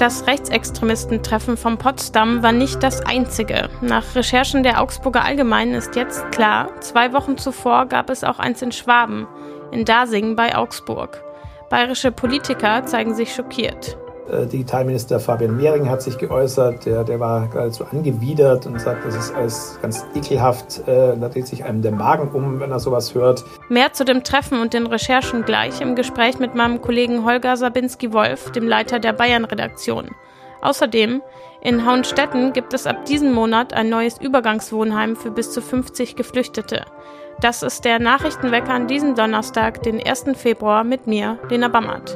Das Rechtsextremistentreffen von Potsdam war nicht das einzige. Nach Recherchen der Augsburger Allgemeinen ist jetzt klar, 2 Wochen zuvor gab es auch eins in Schwaben, in Dasing bei Augsburg. Bayerische Politiker zeigen sich schockiert. Digitalminister Fabian Mehring hat sich geäußert, der war geradezu angewidert und sagt, das ist alles ganz ekelhaft, da dreht sich einem der Magen um, wenn er sowas hört. Mehr zu dem Treffen und den Recherchen gleich im Gespräch mit meinem Kollegen Holger Sabinski-Wolf, dem Leiter der Bayern-Redaktion. Außerdem, in Hauenstetten gibt es ab diesem Monat ein neues Übergangswohnheim für bis zu 50 Geflüchtete. Das ist der Nachrichtenwecker an diesem Donnerstag, den 1. Februar, mit mir, Lena Bammert.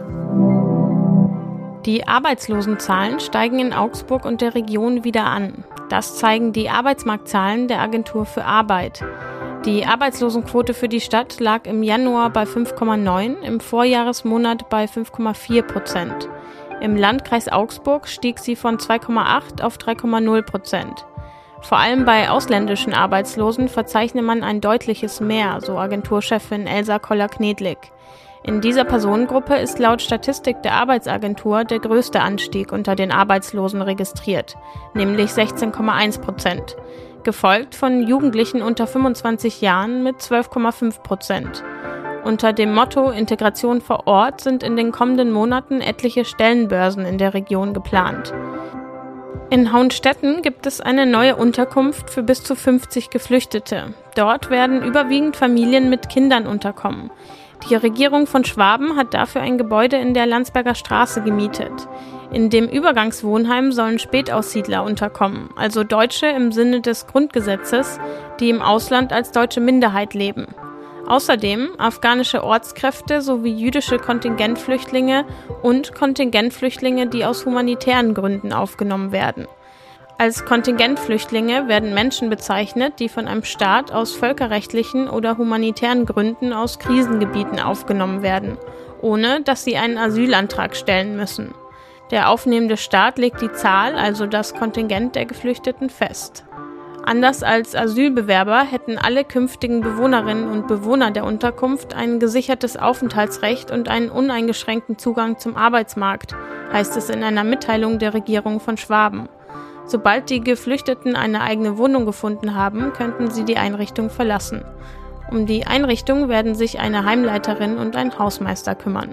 Die Arbeitslosenzahlen steigen in Augsburg und der Region wieder an. Das zeigen die Arbeitsmarktzahlen der Agentur für Arbeit. Die Arbeitslosenquote für die Stadt lag im Januar bei 5,9, im Vorjahresmonat bei 5,4%. Im Landkreis Augsburg stieg sie von 2,8 auf 3,0%. Vor allem bei ausländischen Arbeitslosen verzeichne man ein deutliches Mehr, so Agenturchefin Elsa Koller-Knedlik. In dieser Personengruppe ist laut Statistik der Arbeitsagentur der größte Anstieg unter den Arbeitslosen registriert, nämlich 16,1%, gefolgt von Jugendlichen unter 25 Jahren mit 12,5%. Unter dem Motto Integration vor Ort sind in den kommenden Monaten etliche Stellenbörsen in der Region geplant. In Hauenstetten gibt es eine neue Unterkunft für bis zu 50 Geflüchtete. Dort werden überwiegend Familien mit Kindern unterkommen. Die Regierung von Schwaben hat dafür ein Gebäude in der Landsberger Straße gemietet. In dem Übergangswohnheim sollen Spätaussiedler unterkommen, also Deutsche im Sinne des Grundgesetzes, die im Ausland als deutsche Minderheit leben. Außerdem afghanische Ortskräfte sowie jüdische Kontingentflüchtlinge und Kontingentflüchtlinge, die aus humanitären Gründen aufgenommen werden. Als Kontingentflüchtlinge werden Menschen bezeichnet, die von einem Staat aus völkerrechtlichen oder humanitären Gründen aus Krisengebieten aufgenommen werden, ohne dass sie einen Asylantrag stellen müssen. Der aufnehmende Staat legt die Zahl, also das Kontingent der Geflüchteten, fest. Anders als Asylbewerber hätten alle künftigen Bewohnerinnen und Bewohner der Unterkunft ein gesichertes Aufenthaltsrecht und einen uneingeschränkten Zugang zum Arbeitsmarkt, heißt es in einer Mitteilung der Regierung von Schwaben. Sobald die Geflüchteten eine eigene Wohnung gefunden haben, könnten sie die Einrichtung verlassen. Um die Einrichtung werden sich eine Heimleiterin und ein Hausmeister kümmern.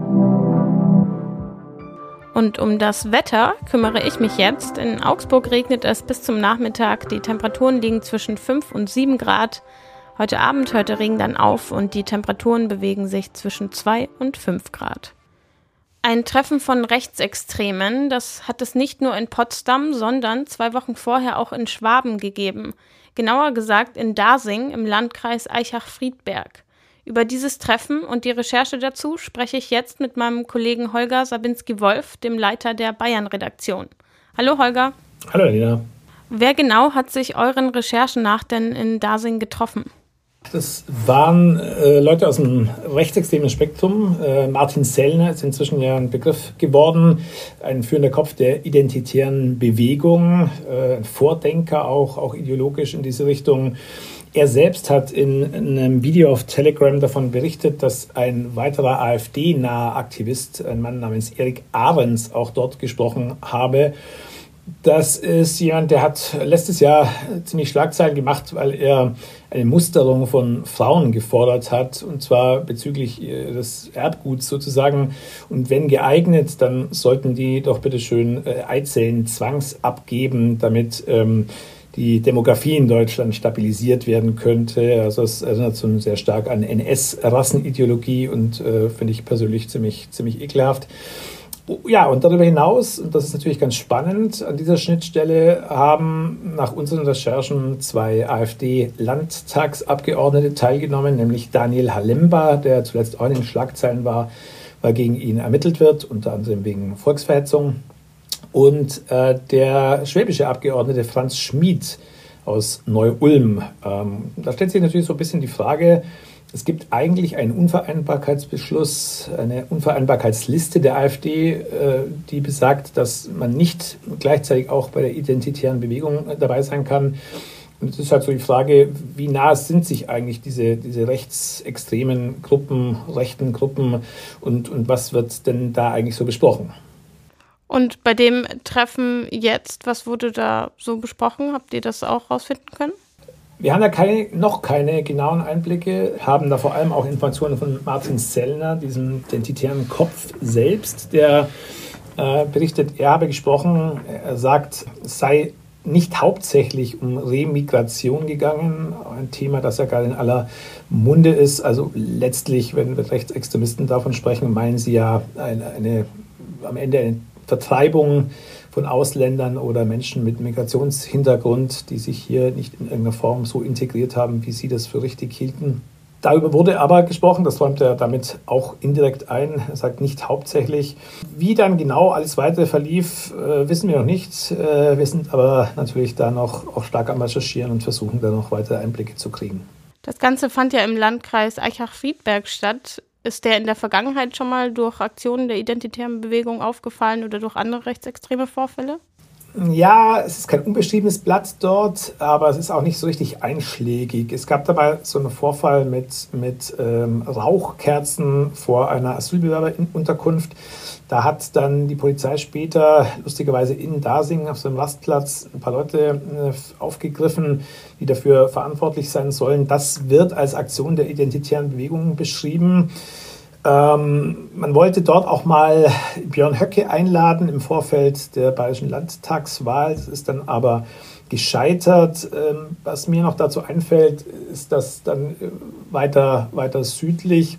Und um das Wetter kümmere ich mich jetzt. In Augsburg regnet es bis zum Nachmittag. Die Temperaturen liegen zwischen 5 und 7 Grad. Heute Abend hört der Regen dann auf und die Temperaturen bewegen sich zwischen 2 und 5 Grad. Ein Treffen von Rechtsextremen, das hat es nicht nur in Potsdam, sondern 2 Wochen vorher auch in Schwaben gegeben. Genauer gesagt in Dasing im Landkreis Aichach-Friedberg. Über dieses Treffen und die Recherche dazu spreche ich jetzt mit meinem Kollegen Holger Sabinski-Wolf, dem Leiter der Bayern-Redaktion. Hallo Holger. Hallo Lena. Wer genau hat sich euren Recherchen nach denn in Dasing getroffen? Das waren Leute aus dem rechtsextremen Spektrum. Martin Sellner ist inzwischen ja ein Begriff geworden, ein führender Kopf der identitären Bewegung, ein Vordenker auch ideologisch in diese Richtung. Er selbst hat in einem Video auf Telegram davon berichtet, dass ein weiterer AfD-naher Aktivist, ein Mann namens Erik Ahrens, auch dort gesprochen habe. Das ist jemand, der hat letztes Jahr ziemlich Schlagzeilen gemacht, weil er eine Musterung von Frauen gefordert hat, und zwar bezüglich des Erbguts sozusagen. Und wenn geeignet, dann sollten die doch bitte schön Eizellen zwangsabgeben, damit die Demografie in Deutschland stabilisiert werden könnte. Also es erinnert so sehr stark an NS-Rassenideologie und finde ich persönlich ziemlich ekelhaft. Ja, und darüber hinaus, und das ist natürlich ganz spannend, an dieser Schnittstelle haben nach unseren Recherchen 2 AfD-Landtagsabgeordnete teilgenommen, nämlich Daniel Halemba, der zuletzt auch in den Schlagzeilen war, weil gegen ihn ermittelt wird, unter anderem wegen Volksverhetzung, und der schwäbische Abgeordnete Franz Schmid aus Neu-Ulm. Da stellt sich natürlich so ein bisschen die Frage, es gibt eigentlich einen Unvereinbarkeitsbeschluss, eine Unvereinbarkeitsliste der AfD, die besagt, dass man nicht gleichzeitig auch bei der identitären Bewegung dabei sein kann. Und es ist halt so die Frage, wie nah sind sich eigentlich diese rechtsextremen Gruppen, rechten Gruppen und was wird denn da eigentlich so besprochen? Und bei dem Treffen jetzt, was wurde da so besprochen? Habt ihr das auch rausfinden können? Wir haben da noch keine genauen Einblicke, haben da vor allem auch Informationen von Martin Sellner, diesem identitären Kopf selbst, der berichtet, er habe gesprochen, er sagt, es sei nicht hauptsächlich um Remigration gegangen, ein Thema, das ja gerade in aller Munde ist. Also letztlich, wenn Rechtsextremisten davon sprechen, meinen sie ja am Ende eine Vertreibung von Ausländern oder Menschen mit Migrationshintergrund, die sich hier nicht in irgendeiner Form so integriert haben, wie sie das für richtig hielten. Darüber wurde aber gesprochen, das räumt er damit auch indirekt ein. Er sagt nicht hauptsächlich. Wie dann genau alles weitere verlief, wissen wir noch nicht. Wir sind aber natürlich da noch auch stark am Recherchieren und versuchen da noch weitere Einblicke zu kriegen. Das Ganze fand ja im Landkreis Aichach-Friedberg statt. Ist der in der Vergangenheit schon mal durch Aktionen der identitären Bewegung aufgefallen oder durch andere rechtsextreme Vorfälle? Ja, es ist kein unbeschriebenes Blatt dort, aber es ist auch nicht so richtig einschlägig. Es gab dabei so einen Vorfall mit Rauchkerzen vor einer Asylbewerberunterkunft. Da hat dann die Polizei später, lustigerweise in Dasing auf so einem Rastplatz, ein paar Leute aufgegriffen, die dafür verantwortlich sein sollen. Das wird als Aktion der identitären Bewegung beschrieben. Man wollte dort auch mal Björn Höcke einladen im Vorfeld der Bayerischen Landtagswahl. Das ist dann aber gescheitert. Was mir noch dazu einfällt, ist, dass dann weiter südlich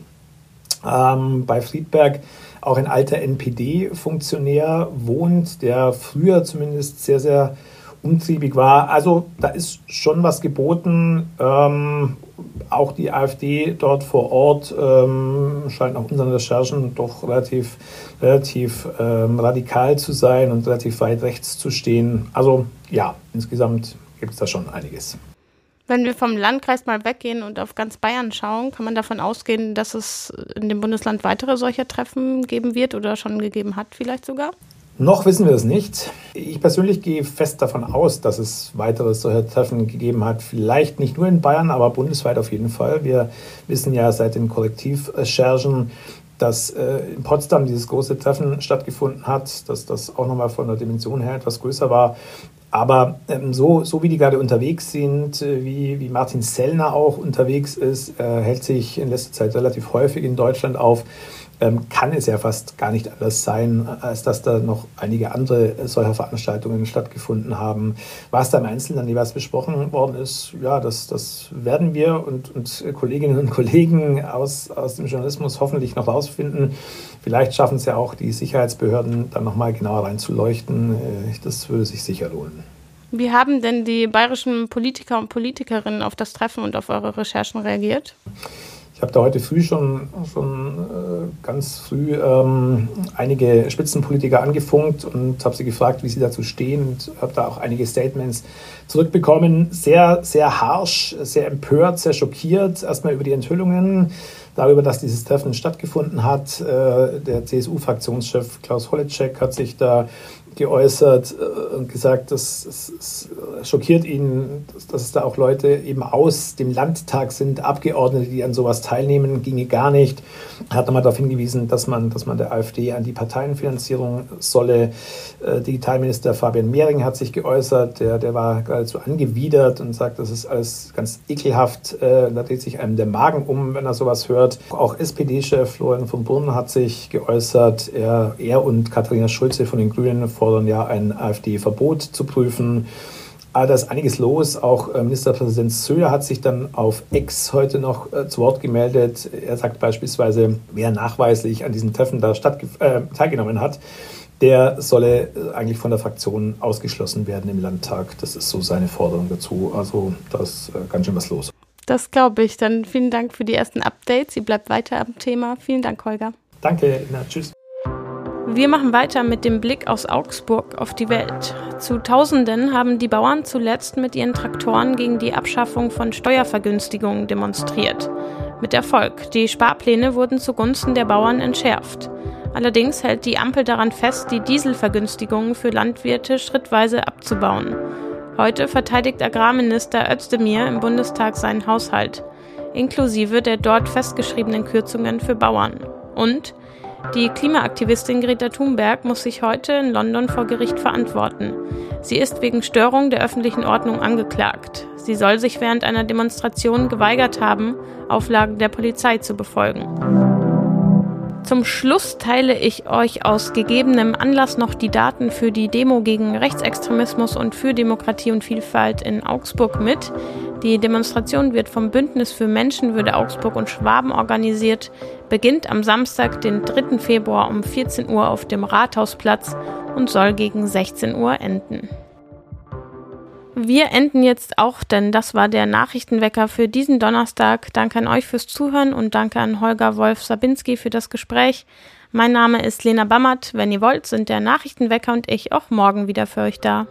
bei Friedberg auch ein alter NPD-Funktionär wohnt, der früher zumindest sehr, sehr umtriebig war. Also da ist schon was geboten. Auch die AfD dort vor Ort scheint nach unseren Recherchen doch relativ radikal zu sein und relativ weit rechts zu stehen. Also ja, insgesamt gibt es da schon einiges. Wenn wir vom Landkreis mal weggehen und auf ganz Bayern schauen, kann man davon ausgehen, dass es in dem Bundesland weitere solcher Treffen geben wird oder schon gegeben hat vielleicht sogar? Noch wissen wir es nicht. Ich persönlich gehe fest davon aus, dass es weitere solcher Treffen gegeben hat. Vielleicht nicht nur in Bayern, aber bundesweit auf jeden Fall. Wir wissen ja seit den Korrektivrecherchen, dass in Potsdam dieses große Treffen stattgefunden hat, dass das auch nochmal von der Dimension her etwas größer war. Aber so wie die gerade unterwegs sind, wie Martin Sellner auch unterwegs ist, hält sich in letzter Zeit relativ häufig in Deutschland auf, kann es ja fast gar nicht anders sein, als dass da noch einige andere solcher Veranstaltungen stattgefunden haben. Was da im Einzelnen dann jeweils besprochen worden ist, ja, das werden wir und Kolleginnen und Kollegen aus dem Journalismus hoffentlich noch rausfinden. Vielleicht schaffen es ja auch die Sicherheitsbehörden dann nochmal genauer reinzuleuchten. Das würde sich sicher lohnen. Wie haben denn die bayerischen Politiker und Politikerinnen auf das Treffen und auf eure Recherchen reagiert? Ich habe da heute früh schon ganz früh einige Spitzenpolitiker angefunkt und habe sie gefragt, wie sie dazu stehen, und habe da auch einige Statements zurückbekommen. Sehr, sehr harsch, sehr empört, sehr schockiert. Erstmal über die Enthüllungen, darüber, dass dieses Treffen stattgefunden hat. Der CSU-Fraktionschef Klaus Holleczek hat sich da geäußert und gesagt, es schockiert ihn, dass es da auch Leute eben aus dem Landtag sind, Abgeordnete, die an sowas teilnehmen, ginge gar nicht. Er hat nochmal darauf hingewiesen, dass man der AfD an die Parteienfinanzierung solle. Digitalminister Fabian Mehring hat sich geäußert, der war geradezu angewidert und sagt, das ist alles ganz ekelhaft. Da dreht sich einem der Magen um, wenn er sowas hört. Auch SPD-Chef Florian von Brunn hat sich geäußert. Er und Katharina Schulze von den Grünen fordern ja ein AfD-Verbot zu prüfen. Aber da ist einiges los. Auch Ministerpräsident Söder hat sich dann auf X heute noch zu Wort gemeldet. Er sagt beispielsweise, wer nachweislich an diesem Treffen da teilgenommen hat, der solle eigentlich von der Fraktion ausgeschlossen werden im Landtag. Das ist so seine Forderung dazu. Also da ist ganz schön was los. Das glaube ich. Dann vielen Dank für die ersten Updates. Ihr bleibt weiter am Thema. Vielen Dank, Holger. Danke, Ina. Tschüss. Wir machen weiter mit dem Blick aus Augsburg auf die Welt. Zu Tausenden haben die Bauern zuletzt mit ihren Traktoren gegen die Abschaffung von Steuervergünstigungen demonstriert. Mit Erfolg. Die Sparpläne wurden zugunsten der Bauern entschärft. Allerdings hält die Ampel daran fest, die Dieselvergünstigungen für Landwirte schrittweise abzubauen. Heute verteidigt Agrarminister Özdemir im Bundestag seinen Haushalt, inklusive der dort festgeschriebenen Kürzungen für Bauern. Und Die Klimaaktivistin Greta Thunberg muss sich heute in London vor Gericht verantworten. Sie ist wegen Störung der öffentlichen Ordnung angeklagt. Sie soll sich während einer Demonstration geweigert haben, Auflagen der Polizei zu befolgen. Zum Schluss teile ich euch aus gegebenem Anlass noch die Daten für die Demo gegen Rechtsextremismus und für Demokratie und Vielfalt in Augsburg mit. Die Demonstration wird vom Bündnis für Menschenwürde Augsburg und Schwaben organisiert, beginnt am Samstag, den 3. Februar um 14 Uhr auf dem Rathausplatz und soll gegen 16 Uhr enden. Wir enden jetzt auch, denn das war der Nachrichtenwecker für diesen Donnerstag. Danke an euch fürs Zuhören und danke an Holger Wolf-Sabinski für das Gespräch. Mein Name ist Lena Bammert. Wenn ihr wollt, sind der Nachrichtenwecker und ich auch morgen wieder für euch da.